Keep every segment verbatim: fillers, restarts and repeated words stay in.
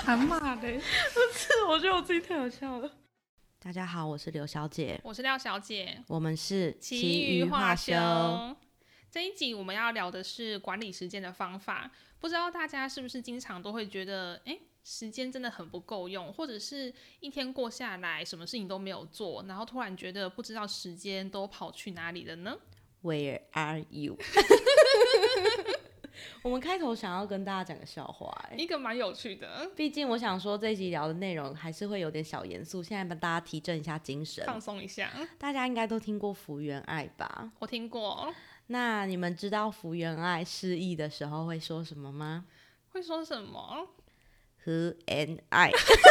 喊骂的，不是，我觉得我自己太好笑了。 大家好，我是刘小姐， 我是廖小姐， 我们是奇余话休。这一集我们要聊的是管理时间的方法。不知道大家是不是经常都会觉得，哎，时间真的很不够用，或者是一天过下来，什么事情都没有做，然后突然觉得不知道时间都跑去哪里了呢？ Where are you？ 我们开头想要跟大家讲个笑话、欸， 一个蛮有趣的。 毕竟我想说这一集聊的内容还是会有点小严肃，现在帮大家提振一下精神， 放松一下。 大家应该都听过福原爱吧？ 我听过。 那你们知道福原爱失忆的时候会说什么吗？ 会说什么？ Who am I？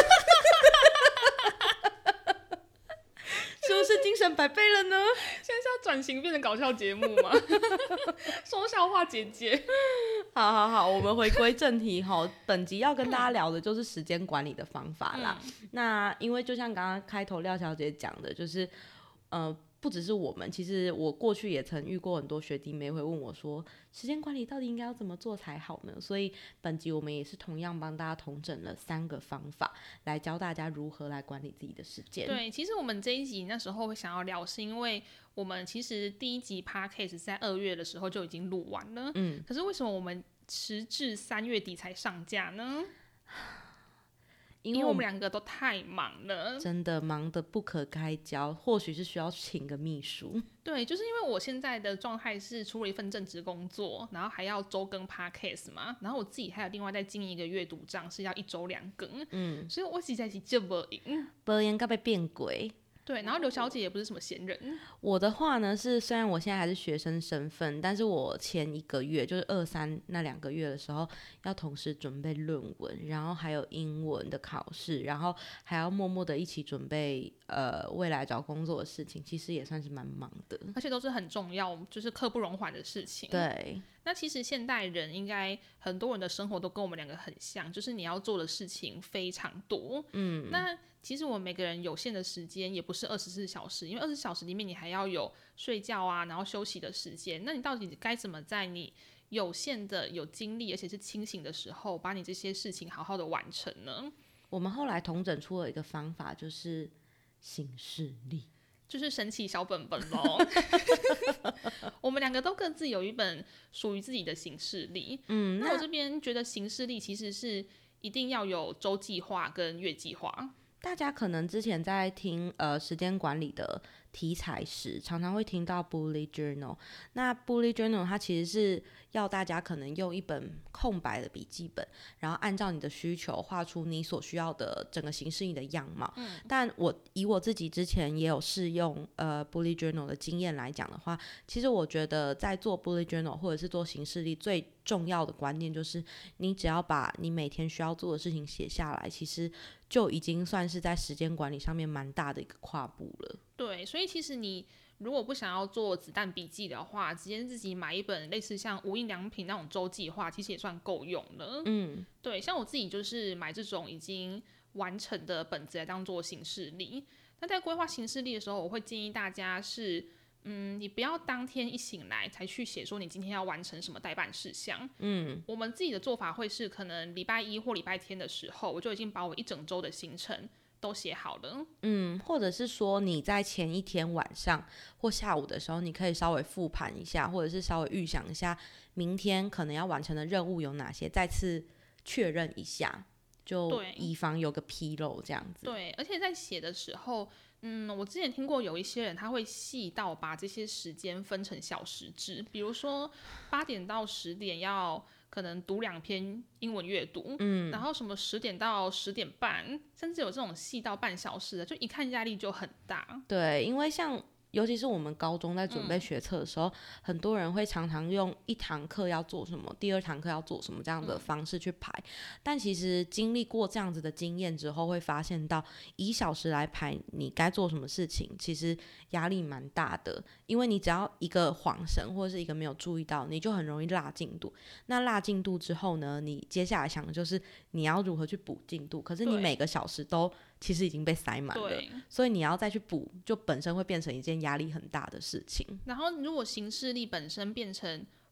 是不是精神百倍了呢？ 现在是要转型变成搞笑节目吗？说笑话姐姐。 好好好，我们回归正题齁，本集要跟大家聊的就是时间管理的方法啦。嗯、那因为就像刚刚开头廖小姐讲的，就是呃。不只是我们，其实我过去也曾遇过很多学弟妹会问我说，时间管理到底应该要怎么做才好呢？所以本集我们也是同样帮大家统整了三个方法，来教大家如何来管理自己的时间。 对，其实我们这一集那时候会想要聊，是因为我们其实第一集 Podcast 在二月的时候就已经录完了，嗯，可是为什么我们迟至三月底才上架呢？因为我们两个都太忙了， 真的忙得不可开交，或许是需要请个秘书。 对，就是因为我现在的状态是出了一份正职工作，然后还要周更 podcast 嘛，然后我自己还有另外再经营一个阅读账，是要一周两更，嗯，所以我实在是就不赢， 不赢该被变鬼。 对，然后刘小姐也不是什么闲人。 我的话呢是，虽然我现在还是学生身份，但是我前一个月就是二三那两个月的时候，要同时准备论文，然后还有英文的考试，然后还要默默的一起准备呃未来找工作的事情，其实也算是蛮忙的， 而且都是很重要，就是刻不容缓的事情。 对。 那其实现代人应该很多人的生活都跟我们两个很像，就是你要做的事情非常多。嗯，那其实我们每个人有限的时间也不是二十四小时，因为二十四小时里面你还要有睡觉啊，然后休息的时间。那你到底该怎么在你有限的有精力而且是清醒的时候，把你这些事情好好的完成呢？ 我们后来统整出了一个方法，就是行事历。 就是神奇小本本咯。我们两个都各自有一本属于自己的行事历。嗯，那我这边觉得行事历其实是一定要有周计划跟月计划。 大家可能之前在听呃时间管理的题材时，常常会听到 Bullet Journal。那 Bullet Journal 它其实是要大家可能用一本空白的笔记本，然后按照你的需求画出你所需要的整个行事历的样貌。嗯，但我以我自己之前也有试用呃 Bullet Journal 的经验来讲的话，其实我觉得在做 Bullet Journal 或者是做行事历最重要的观念就是，你只要把你每天需要做的事情写下来，其实就已经算是在时间管理上面蛮大的一个跨步了。 对，所以其实你如果不想要做子弹笔记的话，直接自己买一本类似像无印良品那种周计划，其实也算够用了。嗯，对，像我自己就是买这种已经完成的本子来当做行事历。那在规划行事历的时候，我会建议大家是，嗯，你不要当天一醒来才去写说你今天要完成什么待办事项。嗯，我们自己的做法会是，可能礼拜一或礼拜天的时候，我就已经把我一整周的行程都写好了。 嗯，或者是说你在前一天晚上或下午的时候，你可以稍微复盘一下，或者是稍微预想一下明天可能要完成的任务有哪些，再次确认一下，就以防有个纰漏这样子。 对，而且在写的时候，嗯，我之前听过有一些人他会细到把这些时间分成小时制，比如说八点到十点要可能读两篇英文阅读，嗯，然后什么十点到十点半，甚至有这种细到半小时的，就一看压力就很大。 对，因为像尤其是我们高中在准备学测的时候、嗯、很多人会常常用一堂课要做什么，第二堂课要做什么这样的方式去排、嗯、但其实经历过这样子的经验之后，会发现到以小时来排你该做什么事情，其实压力蛮大的，因为你只要一个晃神或者是一个没有注意到，你就很容易落进度。那落进度之后呢，你接下来想的就是你要如何去补进度，可是你每个小时都其实已经被塞满了，所以你要再去补，就本身会变成一件压力很大的事情。 然后如果行事历本身变成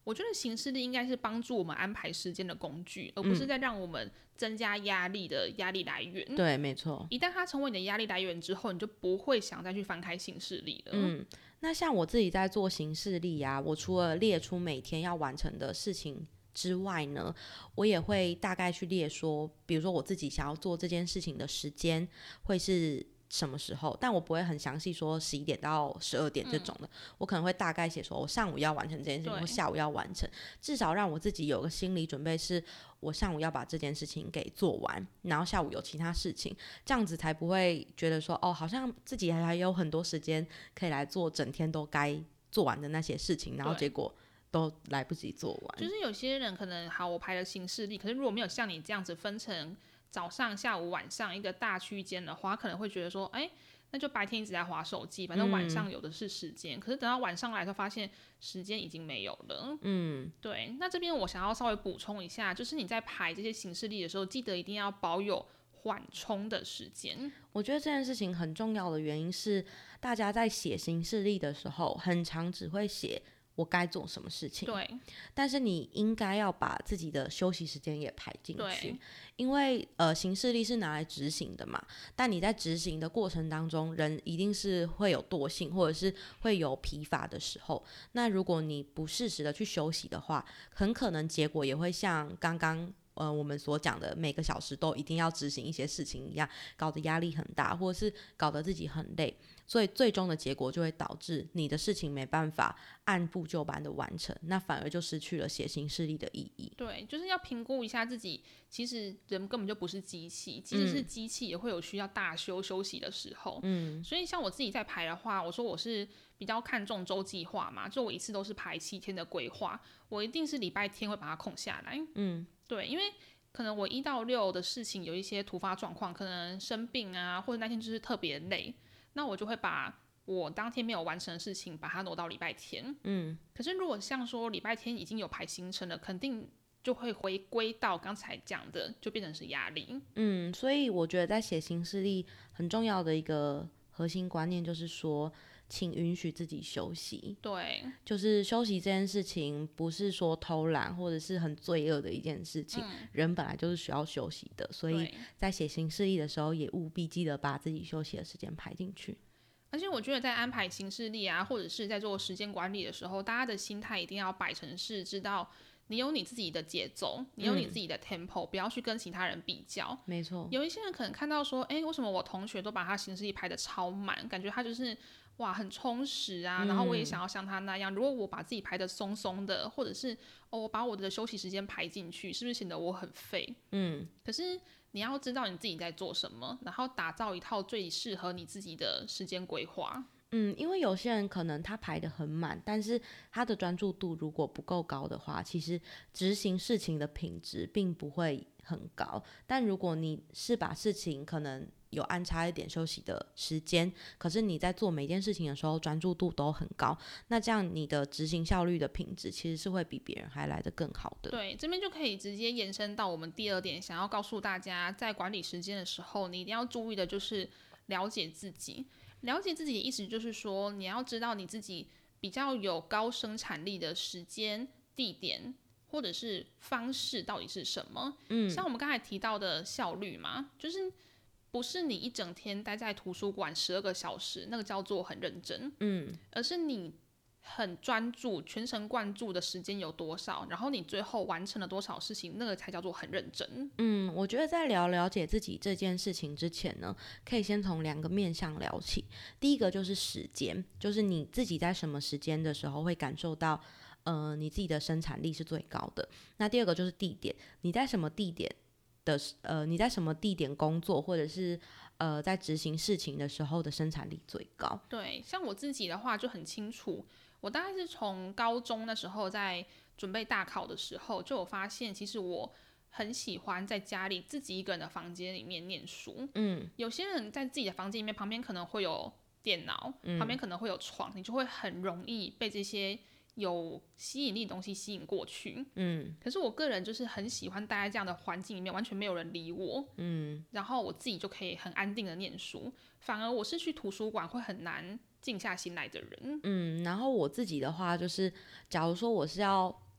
我觉得行事历应该是帮助我们安排时间的工具，而不是在让我们增加压力的压力来源。 嗯、对，没错。 一旦它成为你的压力来源之后，你就不会想再去翻开行事历了。 嗯，那像我自己在做行事历啊，我除了列出每天要完成的事情之外呢，我也会大概去列说，比如说我自己想要做这件事情的时间会是什么时候，但我不会很详细说十一点到十二点这种的、嗯、我可能会大概写说我上午要完成这件事情，或下午要完成，至少让我自己有个心理准备，是我上午要把这件事情给做完，然后下午有其他事情，这样子才不会觉得说哦，好像自己还有很多时间可以来做整天都该做完的那些事情，然后结果都来不及做完。 就是有些人可能好，我排了行事历，可是如果没有像你这样子分成早上、下午、晚上一个大区间的话，可能会觉得说，哎，那就白天一直在滑手机，反正晚上有的是时间、嗯。可是等到晚上来，就发现时间已经没有了。 嗯， 对。那这边我想要稍微补充一下，就是你在排这些行事历的时候，记得一定要保有缓冲的时间。 我觉得这件事情很重要的原因是，大家在写行事历的时候，很常只会写我该做什么事情， 对， 但是你应该要把自己的休息时间也排进去，因为呃，行事历是拿来执行的嘛，但你在执行的过程当中，人一定是会有惰性或者是会有疲乏的时候，那如果你不适时的去休息的话，很可能结果也会像刚刚呃，我们所讲的每个小时都一定要执行一些事情一样，搞得压力很大，或者是搞得自己很累，所以最终的结果就会导致你的事情没办法按部就班的完成，那反而就失去了写行事历的意义。 对，就是要评估一下自己，其实人根本就不是机器，即使是机器也会有需要大休休息的时候。嗯，所以像我自己在排的话，我说我是比较看重周计划嘛，就我一次都是排七天的规划，我一定是礼拜天会把它空下来。嗯，对，因为可能我一到六的事情有一些突发状况，可能生病啊，或者那天就是特别累，那我就会把我当天没有完成的事情把它挪到礼拜天。嗯，可是如果像说礼拜天已经有排行程了，肯定就会回归到刚才讲的，就变成是压力。 嗯，所以我觉得在写行事历很重要的一个核心观念就是说，请允许自己休息。 对， 就是休息这件事情不是说偷懒或者是很罪恶的一件事情、嗯、人本来就是需要休息的，所以在写行事历的时候也务必记得把自己休息的时间排进去。 而且我觉得在安排行事历啊，或者是在做时间管理的时候，大家的心态一定要摆成是知道你有你自己的节奏，你有你自己的 tempo、嗯、不要去跟其他人比较。 没错， 有一些人可能看到说，哎，为什么我同学都把他行事历排得超满，感觉他就是哇很充实啊、嗯、然后我也想要像他那样，如果我把自己排得松松的，或者是哦我把我的休息时间排进去，是不是显得我很废？嗯，可是你要知道你自己在做什么，然后打造一套最适合你自己的时间规划。 嗯，因为有些人可能他排得很满，但是他的专注度如果不够高的话，其实执行事情的品质并不会很高。但如果你是把事情可能有安插一点休息的时间，可是你在做每件事情的时候专注度都很高，那这样你的执行效率的品质其实是会比别人还来得更好的。 对，这边就可以直接延伸到我们第二点，想要告诉大家，在管理时间的时候，你一定要注意的就是了解自己。了解自己的意思就是说，你要知道你自己比较有高生产力的时间、地点或者是方式到底是什么。嗯，像我们刚才提到的效率嘛，就是不是你一整天待在图书馆十二个小时，那个叫做很认真。嗯，而是你很专注、全神贯注的时间有多少，然后你最后完成了多少事情，那个才叫做很认真。 嗯，我觉得在聊了解自己这件事情之前呢，可以先从两个面向聊起。第一个就是时间，就是你自己在什么时间的时候会感受到呃你自己的生产力是最高的。那第二个就是地点，你在什么地点的呃你在什么地点工作，或者是呃在执行事情的时候的生产力最高。 对，像我自己的话就很清楚，我大概是从高中那时候在准备大考的时候，就有发现其实我很喜欢在家里自己一个人的房间里面念书。嗯，有些人在自己的房间里面，旁边可能会有电脑、嗯、旁边可能会有床，你就会很容易被这些有吸引力的东西吸引过去。嗯，可是我个人就是很喜欢待在这样的环境里面，完全没有人理我。嗯，然后我自己就可以很安定的念书，反而我是去图书馆会很难静下心来的人。 嗯，然后我自己的话就是，假如说我是要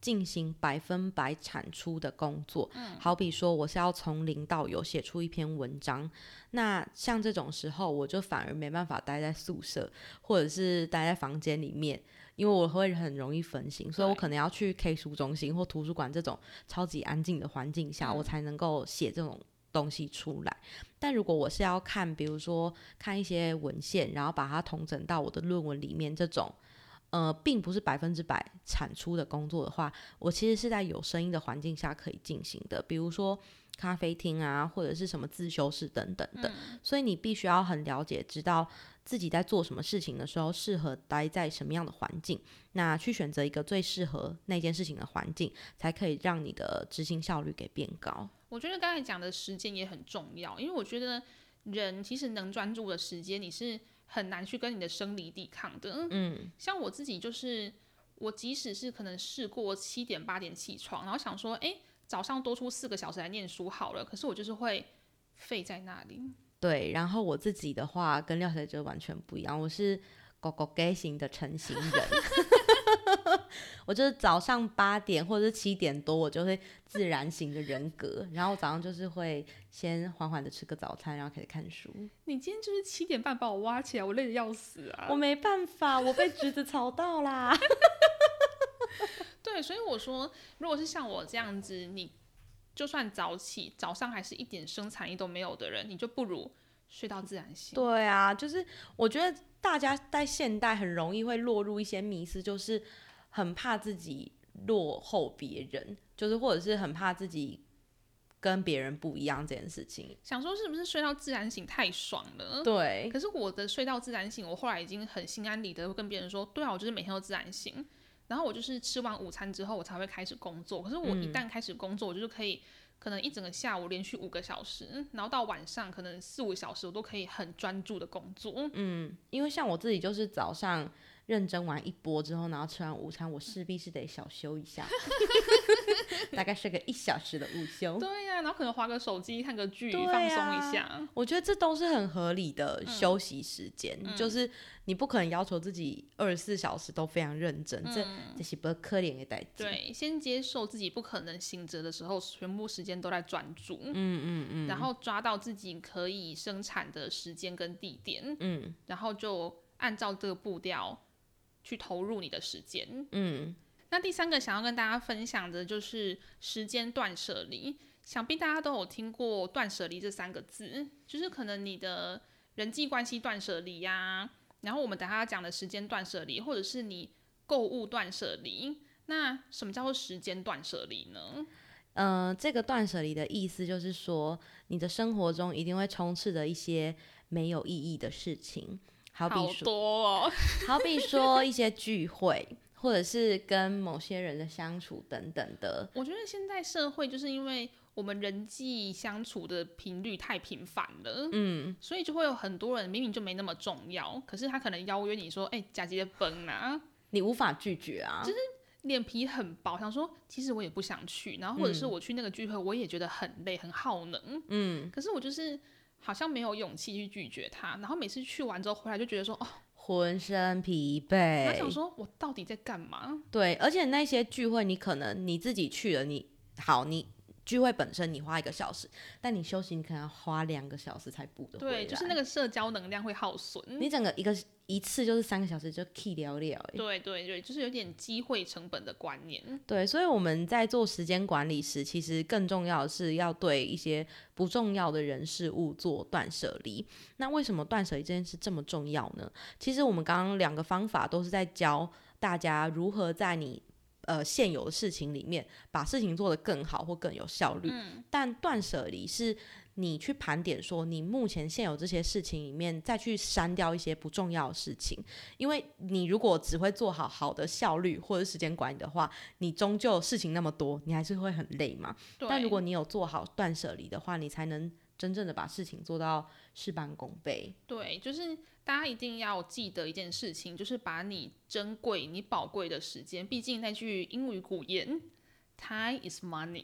进行百分百产出的工作，嗯，好比说我是要从零到有写出一篇文章，那像这种时候我就反而没办法待在宿舍或者是待在房间里面，因为我会很容易分心，所以我可能要去 K 书中心或图书馆这种超级安静的环境下，嗯，我才能够写这种东西出来。但如果我是要看比如说看一些文献然后把它统整到我的论文里面，这种呃，并不是百分之百产出的工作的话，我其实是在有声音的环境下可以进行的，比如说咖啡厅啊，或者是什么自修室等等的，嗯，所以你必须要很了解知道自己在做什么事情的时候适合待在什么样的环境，那去选择一个最适合那件事情的环境，才可以让你的执行效率给变高。 我觉得刚才讲的时间也很重要，因为我觉得人其实能专注的时间你是很难去跟你的生理抵抗的。嗯，像我自己就是我即使是可能试过七点八点起床，然后想说哎，早上多出四个小时来念书好了，可是我就是会废在那里。 对，然后我自己的话跟廖小姐就完全不一样，我是狗狗 gay 型的成型人我就是早上八点或者是七点多我就会自然型的人格，然后我早上就是会先缓缓的吃个早餐，然后开始看书。 你今天就是七点半把我挖起来，我累得要死啊！ 我没办法，我被橘子吵到啦对，所以我说如果是像我这样子，你就算早起早上还是一点生产力都没有的人，你就不如睡到自然醒。 对啊，就是我觉得大家在现代很容易会落入一些迷思，就是很怕自己落后别人，就是或者是很怕自己跟别人不一样这件事情， 想说是不是睡到自然醒太爽了。 对， 可是我的睡到自然醒，我后来已经很心安理得会跟别人说，对啊，我就是每天都自然醒，然后我就是吃完午餐之后我才会开始工作。可是我一旦开始工作，我就是可以可能一整个下午连续五个小时，然后到晚上可能四五小时我都可以很专注的工作。 嗯，因为像我自己就是早上认真完一波之后，然后吃完午餐我势必是得小休一下大概是个一小时的午休。 对呀、啊，然后可能滑个手机看个剧、啊、放松一下。 我觉得这都是很合理的休息时间、嗯、就是你不可能要求自己二十四小时都非常认真、嗯、这这是不可怜的代志。 对，先接受自己不可能醒着的时候全部时间都在专注，嗯嗯嗯，然后抓到自己可以生产的时间跟地点，嗯，然后就按照这个步调去投入你的时间。嗯，那第三个想要跟大家分享的就是时间断舍离。想必大家都有听过断舍离这三个字，就是可能你的人际关系断舍离呀，然后我们等一下讲的时间断舍离，或者是你购物断舍离。那什么叫做时间断舍离呢？ 呃，这个断舍离的意思就是说，你的生活中一定会充斥着一些没有意义的事情，好比说， 好多哦好比说一些聚会，或者是跟某些人的相处等等的。 我觉得现在社会就是因为我们人际相处的频率太频繁了，嗯，所以就会有很多人明明就没那么重要，可是他可能邀约你说，哎、欸，假节崩啊， 你无法拒绝啊， 就是脸皮很薄，想说其实我也不想去，然后或者是我去那个聚会，我也觉得很累很耗能，嗯，可是我就是好像没有勇气去拒绝他，然后每次去完之后回来就觉得说，哦， 浑身疲惫， 他想说我到底在干嘛？ 对，而且那些聚会你可能你自己去了，你好你。聚会本身你花一个小时，但你休息你可能要花两个小时才补得回来。 对，就是那个社交能量会耗损。 你整个一个一次就是三个小时就 key 了了。 对对对，就是有点机会成本的观念。 对，所以我们在做时间管理时，其实更重要的是要对一些不重要的人事物做断舍离。那为什么断舍离这件事这么重要呢？其实我们刚刚两个方法都是在教大家如何在你呃，现有的事情里面把事情做得更好或更有效率、嗯、但断舍离是你去盘点说你目前现有这些事情里面再去删掉一些不重要的事情，因为你如果只会做好好的效率或者时间管理的话，你终究事情那么多你还是会很累嘛。但如果你有做好断舍离的话，你才能真正的把事情做到事半功倍。 对，就是大家一定要记得一件事情，就是把你珍贵你宝贵的时间，毕竟那句英语古言 Time is money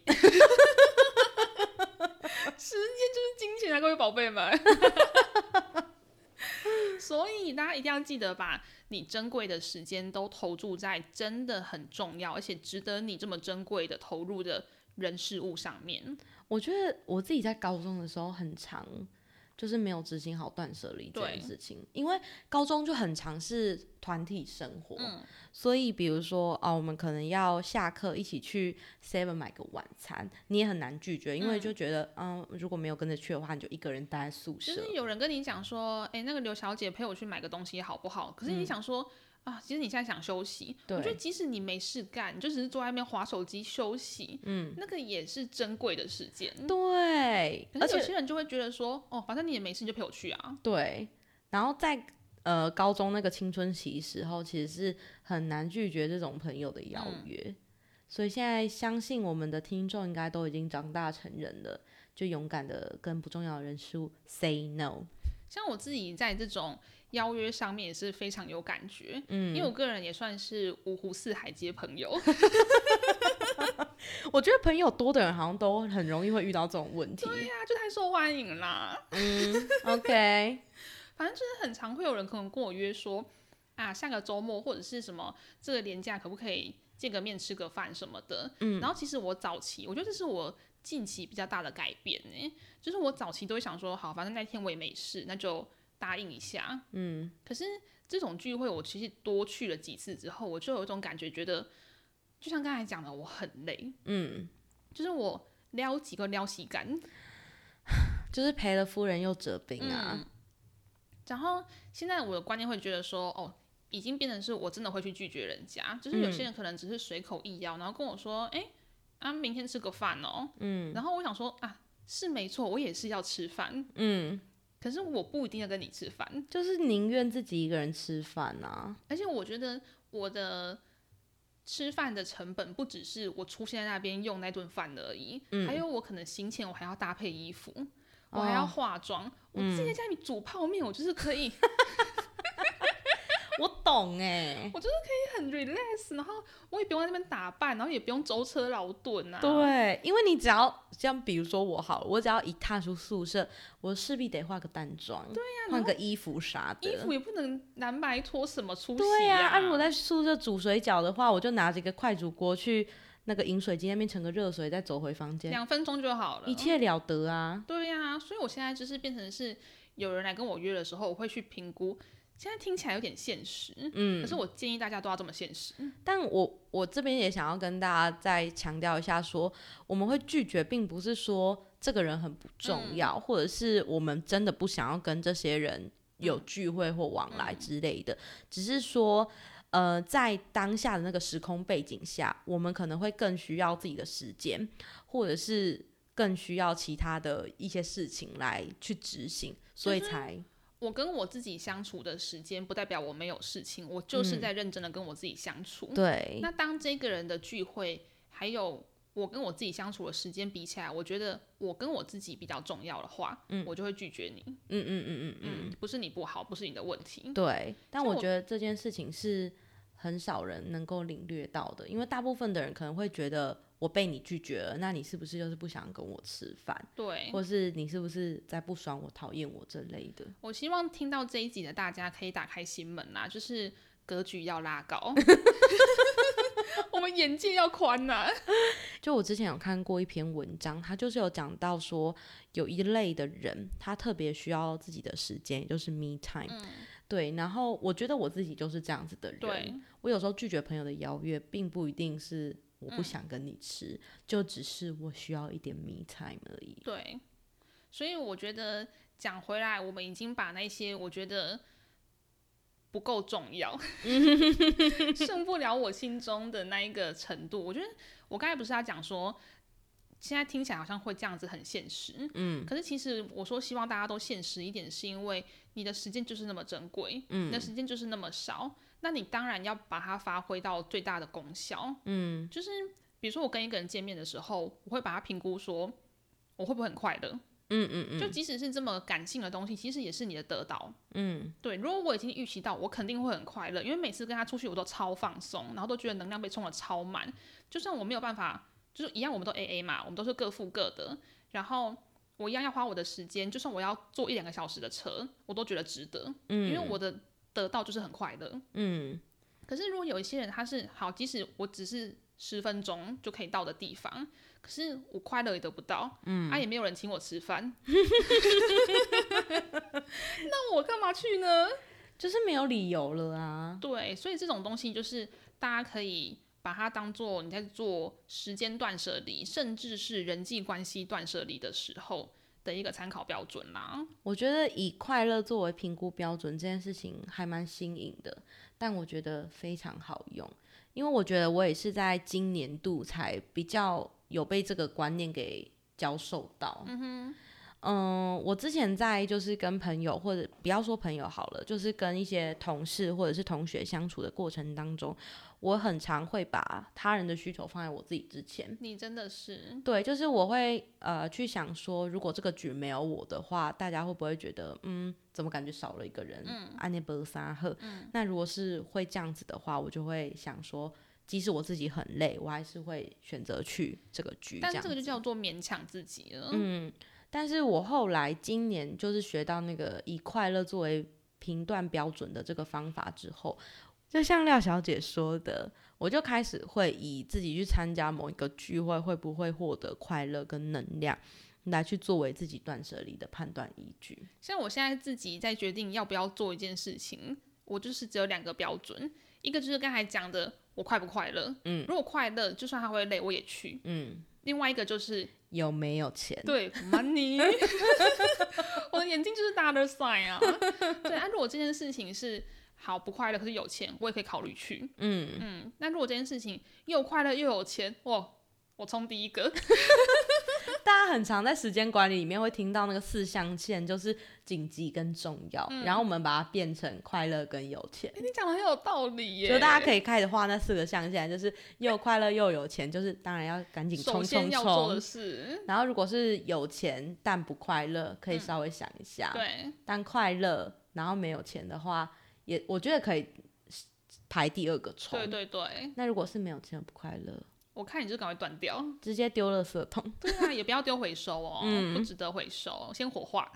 时间就是金钱啊，各位宝贝们所所以大家一定要记得把你珍贵的时间都投注在真的很重要而且值得你这么珍贵的投入的人事物上面。 我觉得我自己在高中的时候很常就是没有执行好断舍离这件事情，因为高中就很常是团体生活、嗯、所以比如说、哦、我们可能要下课一起去 seven 买个晚餐，你也很难拒绝，因为就觉得 嗯, 嗯如果没有跟着去的话，你就一个人待在宿舍。 就是有人跟你讲说哎、欸，那个刘小姐陪我去买个东西好不好，可是你想说、嗯啊，其实你现在想休息，我觉得即使你没事干，你就只是坐在那边滑手机休息，嗯，那个也是珍贵的时间。 对， 而且有些人就会觉得说，哦，反正你也没事，你就陪我去啊。 对，然后在呃高中那个青春期时候，其实是很难拒绝这种朋友的邀约、嗯，所以现在相信我们的听众应该都已经长大成人了，就勇敢的跟不重要的人事物 say no。 像我自己在这种邀约上面也是非常有感觉，嗯，因为我个人也算是五湖四海皆朋友。 我觉得朋友多的人好像都很容易会遇到这种问题。 对呀、啊，就太受欢迎啦。 嗯 ，OK。 反正就是很常会有人可能跟我约说，啊，下个周末或者是什么这个连假可不可以见个面吃个饭什么的。嗯，然后其实我早期，我觉得这是我近期比较大的改变呢，就是我早期都会想说，好，反正那天我也没事，那就答应一下。嗯，可是这种聚会我其实多去了几次之后，我就有一种感觉，觉得就像刚才讲的，我很累。嗯，就是我撩几个撩洗感， 就是赔了夫人又折兵啊。嗯， 然后现在我的观念会觉得说，哦，已经变成是我真的会去拒绝人家，就是有些人可能只是随口一邀，然后跟我说，哎、欸，啊，明天吃个饭哦。嗯，然后我想说，啊，是没错，我也是要吃饭。嗯，可是我不一定要跟你吃饭， 就是宁愿自己一个人吃饭啊。 而且我觉得我的吃饭的成本不只是我出现在那边用那顿饭而已、嗯，还有我可能行前我还要搭配衣服，我还要化妆、哦，我自己在家里煮泡面、嗯，我就是可以。 我懂哎、欸， 我就是可以很 relax， 然后我也不用在那边打扮，然后也不用舟车劳顿啊。 对，因为你只要像比如说我好了，我只要一踏出宿舍，我势必得化个淡妆，对呀、啊，换个衣服啥的， 衣服也不能蓝白拖什么出席啊。 对呀、啊，啊，如果在宿舍煮水饺的话，我就拿着一个快煮锅去那个饮水机那边盛个热水，再走回房间， 两分钟就好了， 一切了得啊。 对呀、啊，所以我现在就是变成是有人来跟我约的时候，我会去评估。现在听起来有点现实，嗯，可是我建议大家都要这么现实。 但我我这边也想要跟大家再强调一下说，我们会拒绝，并不是说这个人很不重要、嗯，或者是我们真的不想要跟这些人有聚会或往来之类的，嗯、只是说，呃，在当下的那个时空背景下，我们可能会更需要自己的时间，或者是更需要其他的一些事情来去执行，所以才。就是我跟我自己相处的时间不代表我没有事情，我就是在认真的跟我自己相处、嗯、 对。 那当这个人的聚会还有我跟我自己相处的时间比起来，我觉得我跟我自己比较重要的话、嗯、我就会拒绝你。嗯嗯嗯嗯嗯，不是你不好，不是你的问题。 对，但我觉得这件事情是很少人能够领略到的，因为大部分的人可能会觉得我被你拒绝了，那你是不是就是不想跟我吃饭？ 对， 或是你是不是在不爽我、讨厌我这类的？ 我希望听到这一集的大家可以打开心门啦，就是格局要拉高，我们眼界要宽呐。 就我之前有看过一篇文章，他就是有讲到说，有一类的人，他特别需要自己的时间，也就是 me time、嗯。对，然后我觉得我自己就是这样子的人。 对， 我有时候拒绝朋友的邀约，并不一定是我不想跟你吃、嗯、就只是我需要一点 me time 而已。 对，所以我觉得讲回来，我们已经把那些我觉得不够重要胜不了我心中的那一个程度。我觉得我刚才不是要讲说现在听起来好像会这样子很现实，嗯，可是其实我说希望大家都现实一点，是因为你的时间就是那么珍贵，嗯，你的时间就是那么少，那你当然要把它发挥到最大的功效，嗯，就是比如说我跟一个人见面的时候，我会把它评估说我会不会很快乐，嗯嗯嗯，就即使是这么感性的东西，其实也是你的得到，嗯，对，如果我已经预期到我肯定会很快乐，因为每次跟他出去我都超放松，然后都觉得能量被充得超满，就算我没有办法就是一样我们都 A A 嘛，我们都是各付各的，然后我一样要花我的时间，就算我要坐一两个小时的车，我都觉得值得，嗯、因为我的得到就是很快乐。嗯，可是如果有一些人他是好，即使我只是十分钟就可以到的地方，可是我快乐也得不到，嗯，啊也没有人请我吃饭，那我干嘛去呢？ 就是没有理由了啊。 对，所以这种东西就是大家可以把它当做你在做时间断舍离，甚至是人际关系断舍离的时候的一个参考标准啦。 我觉得以快乐作为评估标准这件事情还蛮新颖的，但我觉得非常好用，因为我觉得我也是在今年度才比较有被这个观念给教授到。嗯哼。嗯，我之前在就是跟朋友，或者不要说朋友好了，就是跟一些同事或者是同学相处的过程当中，我很常会把他人的需求放在我自己之前。 你真的是对，就是我会呃去想说，如果这个局没有我的话，大家会不会觉得嗯，怎么感觉少了一个人？嗯，安内伯沙赫。那如果是会这样子的话，我就会想说，即使我自己很累，我还是会选择去这个局。 但这个就叫做勉强自己了。 嗯。但是我后来今年就是学到那个以快乐作为评断标准的这个方法之后，就像廖小姐说的，我就开始会以自己去参加某一个聚会会不会获得快乐跟能量来去作为自己断舍离的判断依据。 像我现在自己在决定要不要做一件事情，我就是只有两个标准，一个就是刚才讲的我快不快乐，嗯，如果快乐就算他会累我也去，嗯，另外一个就是有没有钱？ 对 ，money 。我的眼睛就是 dollar sign 啊。对啊，如果这件事情是好不快乐，可是有钱，我也可以考虑去。嗯嗯。那如果这件事情又快乐又有钱，哇，我冲第一个。 大家很常在时间管理里面会听到那个四象限，就是紧急跟重要，嗯、然后我们把它变成快乐跟有钱。 欸、你讲的很有道理耶！ 就大家可以开始画那四个象限，就是又快乐又有钱，就是当然要赶紧冲冲冲。 要做的事。 然后如果是有钱但不快乐，可以稍微想一下。 嗯、对。 但快乐然后没有钱的话，也我觉得可以排第二个冲。 对对对。 那如果是没有钱不快乐？我看你就赶快断掉， 直接丢垃圾桶。 对啊，也不要丢回收哦，嗯、不值得回收，先火化。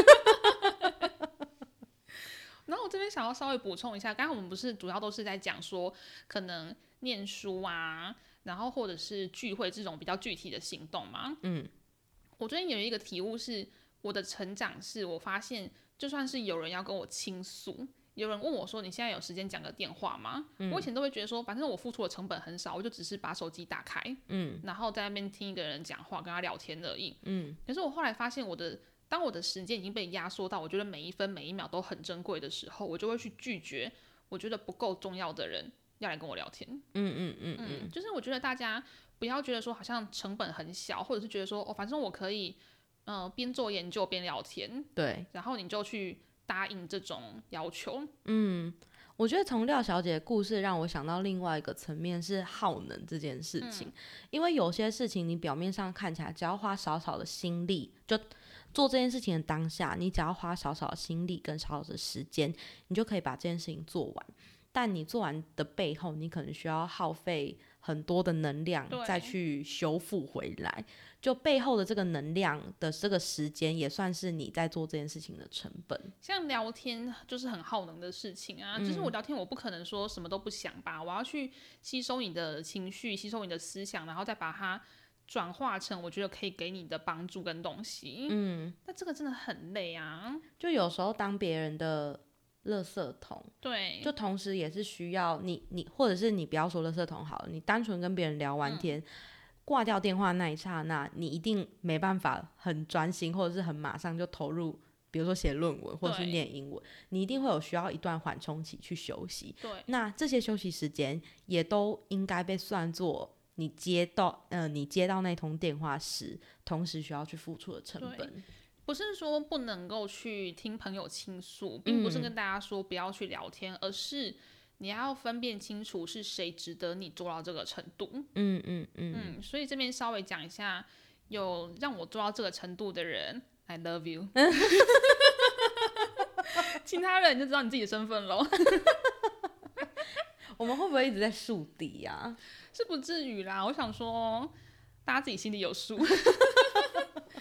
然后我这边想要稍微补充一下，刚刚我们不是主要都是在讲说，可能念书啊，然后或者是聚会这种比较具体的行动嘛。嗯，我最近有一个体悟是，我的成长是我发现，就算是有人要跟我倾诉。有人问我说：“你现在有时间讲个电话吗？”嗯、我以前都会觉得说，反正我付出的成本很少，我就只是把手机打开，嗯，然后在那边听一个人讲话，跟他聊天而已。嗯，可是我后来发现，我的当我的时间已经被压缩到，我觉得每一分每一秒都很珍贵的时候，我就会去拒绝我觉得不够重要的人要来跟我聊天。嗯嗯嗯嗯，就是我觉得大家不要觉得说好像成本很小，或者是觉得说哦，反正我可以呃边做研究边聊天， 对， 然后你就去答应这种要求。 嗯，我觉得从廖小姐的故事让我想到另外一个层面是耗能这件事情、嗯、因为有些事情你表面上看起来只要花少少的心力，就做这件事情的当下你只要花少少的心力跟少少的时间，你就可以把这件事情做完，但你做完的背后你可能需要耗费很多的能量再去修复回来，就背后的这个能量的这个时间也算是你在做这件事情的成本。 像聊天就是很耗能的事情啊、嗯、就是我聊天我不可能说什么都不想吧，我要去吸收你的情绪，吸收你的思想，然后再把它转化成我觉得可以给你的帮助跟东西。嗯，那这个真的很累啊， 就有时候当别人的垃圾桶， 对， 就同时也是需要你你或者是你不要说垃圾桶好了，你单纯跟别人聊完天、嗯、挂掉电话那一刹那，你一定没办法很专心或者是很马上就投入，比如说写论文或者是念英文，你一定会有需要一段缓冲期去休息。 对， 那这些休息时间也都应该被算作你接到呃你接到那通电话时同时需要去付出的成本。 不是说不能够去听朋友倾诉，并不是跟大家说不要去聊天、嗯、而是你要分辨清楚是谁值得你做到这个程度。嗯嗯嗯嗯，所以这边稍微讲一下，有让我做到这个程度的人 I love you 其他人就知道你自己的身份咯我们会不会一直在树敌啊？ 是不至于啦，我想说大家自己心里有数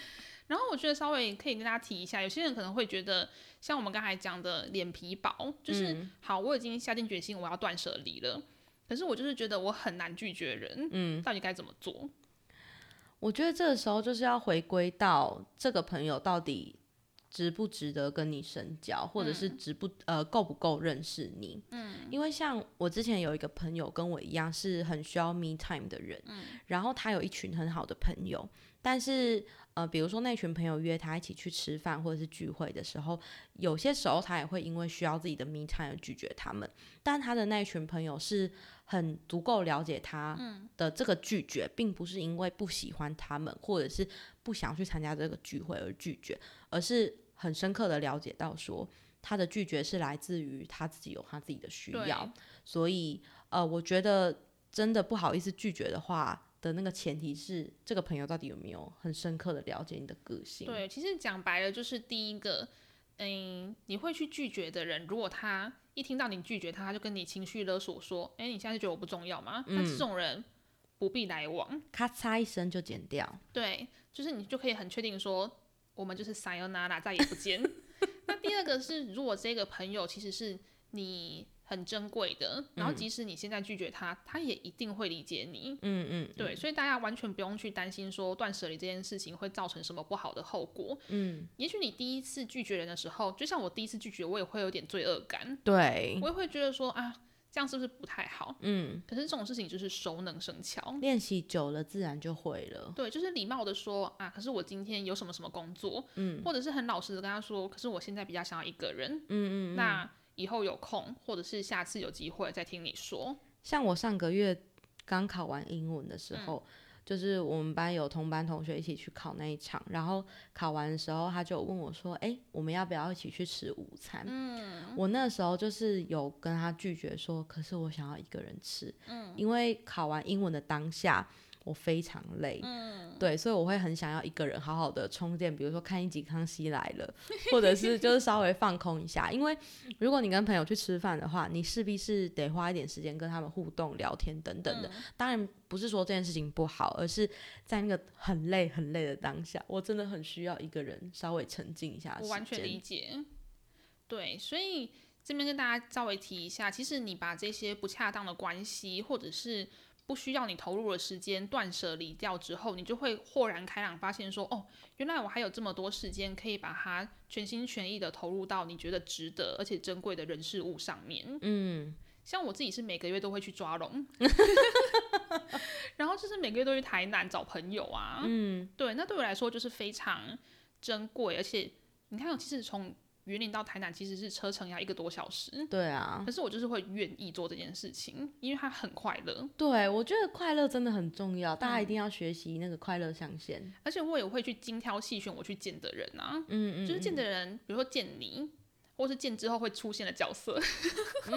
然后我觉得稍微可以跟大家提一下，有些人可能会觉得，像我们刚才讲的脸皮薄，就是、嗯、好，我已经下定决心我要断舍离了，可是我就是觉得我很难拒绝人，嗯，到底该怎么做？ 我觉得这个时候就是要回归到这个朋友到底值不值得跟你深交，或者是值不、嗯、呃够不够认识你。嗯，因为像我之前有一个朋友跟我一样是很需要 me time 的人，嗯，然后他有一群很好的朋友，但是呃比如说那群朋友约他一起去吃饭或者是聚会的时候，有些时候他也会因为需要自己的 me time 而拒绝他们，但他的那群朋友是很足够了解他的这个拒绝、嗯、并不是因为不喜欢他们或者是不想去参加这个聚会而拒绝，而是很深刻的了解到说他的拒绝是来自于他自己有他自己的需要，所以呃，我觉得真的不好意思拒绝的话的那个前提是这个朋友到底有没有很深刻的了解你的个性。 对，其实讲白了就是第一个嗯，你会去拒绝的人，如果他一听到你拒绝他，他就跟你情绪勒索说，哎，你现在觉得我不重要吗？那、嗯、这种人不必来往， 咔嚓一声就剪掉。 对，就是你就可以很确定说我们就是 sayonara 再也不见。那第二个是，如果这个朋友其实是你很珍贵的，然后即使你现在拒绝他，他也一定会理解你。嗯嗯，对，所以大家完全不用去担心说断舍离这件事情会造成什么不好的后果。嗯，也许你第一次拒绝人的时候，就像我第一次拒绝，我也会有点罪恶感。 对， 我也会觉得说啊，这样是不是不太好？嗯，可是这种事情就是熟能生巧， 练习久了自然就会了。 对，就是礼貌的说啊，可是我今天有什么什么工作，嗯，或者是很老实的跟他说，可是我现在比较想要一个人，嗯嗯嗯，那以后有空，或者是下次有机会再听你说。 像我上个月刚考完英文的时候、嗯、就是我们班有同班同学一起去考那一场，然后考完的时候他就问我说，哎、欸，我们要不要一起去吃午餐？嗯，我那时候就是有跟他拒绝说，可是我想要一个人吃，嗯，因为考完英文的当下我非常累，嗯，对，所以我会很想要一个人好好的充电，比如说看一集《康熙来了》，或者是就是稍微放空一下。因为如果你跟朋友去吃饭的话，你势必是得花一点时间跟他们互动、聊天等等的。嗯、当然不是说这件事情不好，而是在那个很累很累的当下，我真的很需要一个人稍微沉静一下的时间。 我完全理解。对，所以这边跟大家稍微提一下，其实你把这些不恰当的关系，或者是不需要你投入的时间断舍离掉之后，你就会豁然开朗，发现说，哦，原来我还有这么多时间可以把它全心全意的投入到你觉得值得而且珍贵的人事物上面。嗯，像我自己是每个月都会去抓龙，然后就是每个月都去台南找朋友啊。嗯，对，那对我来说就是非常珍贵，而且你看，其实从云林到台南其实是车程要一个多小时， 对啊， 可是我就是会愿意做这件事情，因为它很快乐。 对，我觉得快乐真的很重要，大家一定要学习那个快乐象限、嗯。 而且我也会去精挑细选我去见的人啊，嗯嗯，就是见的人，比如说见你，或是见之后会出现的角色，嗯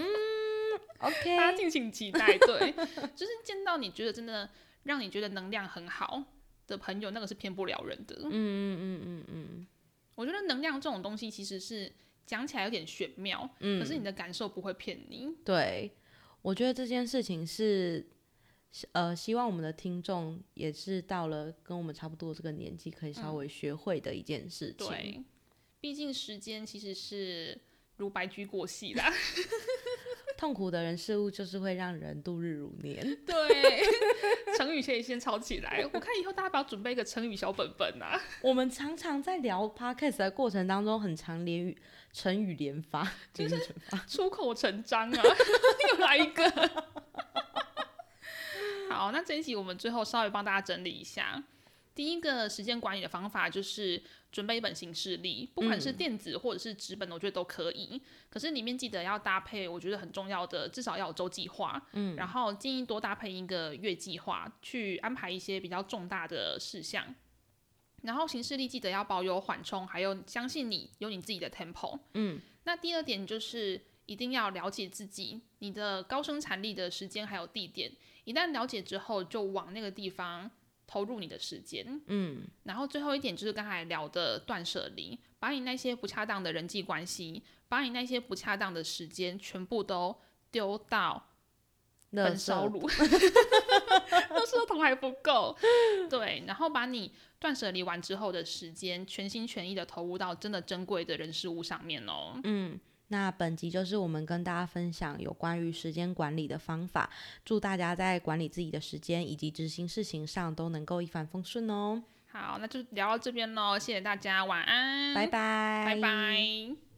，OK， 大家敬请期待。对，就是见到你觉得真的让你觉得能量很好的朋友，那个是骗不了人的。嗯嗯嗯嗯嗯。我觉得能量这种东西其实是讲起来有点玄妙、嗯、可是你的感受不会骗你。 对，我觉得这件事情是呃，希望我们的听众也是到了跟我们差不多这个年纪可以稍微学会的一件事情、嗯、 对，毕竟时间其实是如白驹过隙啦痛苦的人事物就是会让人度日如年。 对，成语可以先抄起来，我看以后大家不要准备一个成语小本本啊。 我们常常在聊 podcast 的过程当中很常连语成语连发， 就是出口成章啊又来一个好，那这一集我们最后稍微帮大家整理一下。第一个时间管理的方法就是准备一本行事历，不管是电子或者是纸本，我觉得都可以、嗯、可是里面记得要搭配我觉得很重要的，至少要有周计划、嗯、然后建议多搭配一个月计划，去安排一些比较重大的事项。然后行事历记得要保有缓冲，还有相信你有你自己的 tempo。 嗯，那第二点就是一定要了解自己，你的高生产力的时间还有地点，一旦了解之后就往那个地方投入你的时间。嗯，然后最后一点就是刚才聊的断舍离，把你那些不恰当的人际关系，把你那些不恰当的时间全部都丢到焚烧炉，垃圾桶还不够。对，然后把你断舍离完之后的时间，全心全意的投入到真的珍贵的人事物上面哦。 嗯，那本集就是我们跟大家分享有关于时间管理的方法，祝大家在管理自己的时间以及执行事情上都能够一帆风顺哦。 好，那就聊到这边咯，谢谢大家，晚安， 拜拜， 拜拜。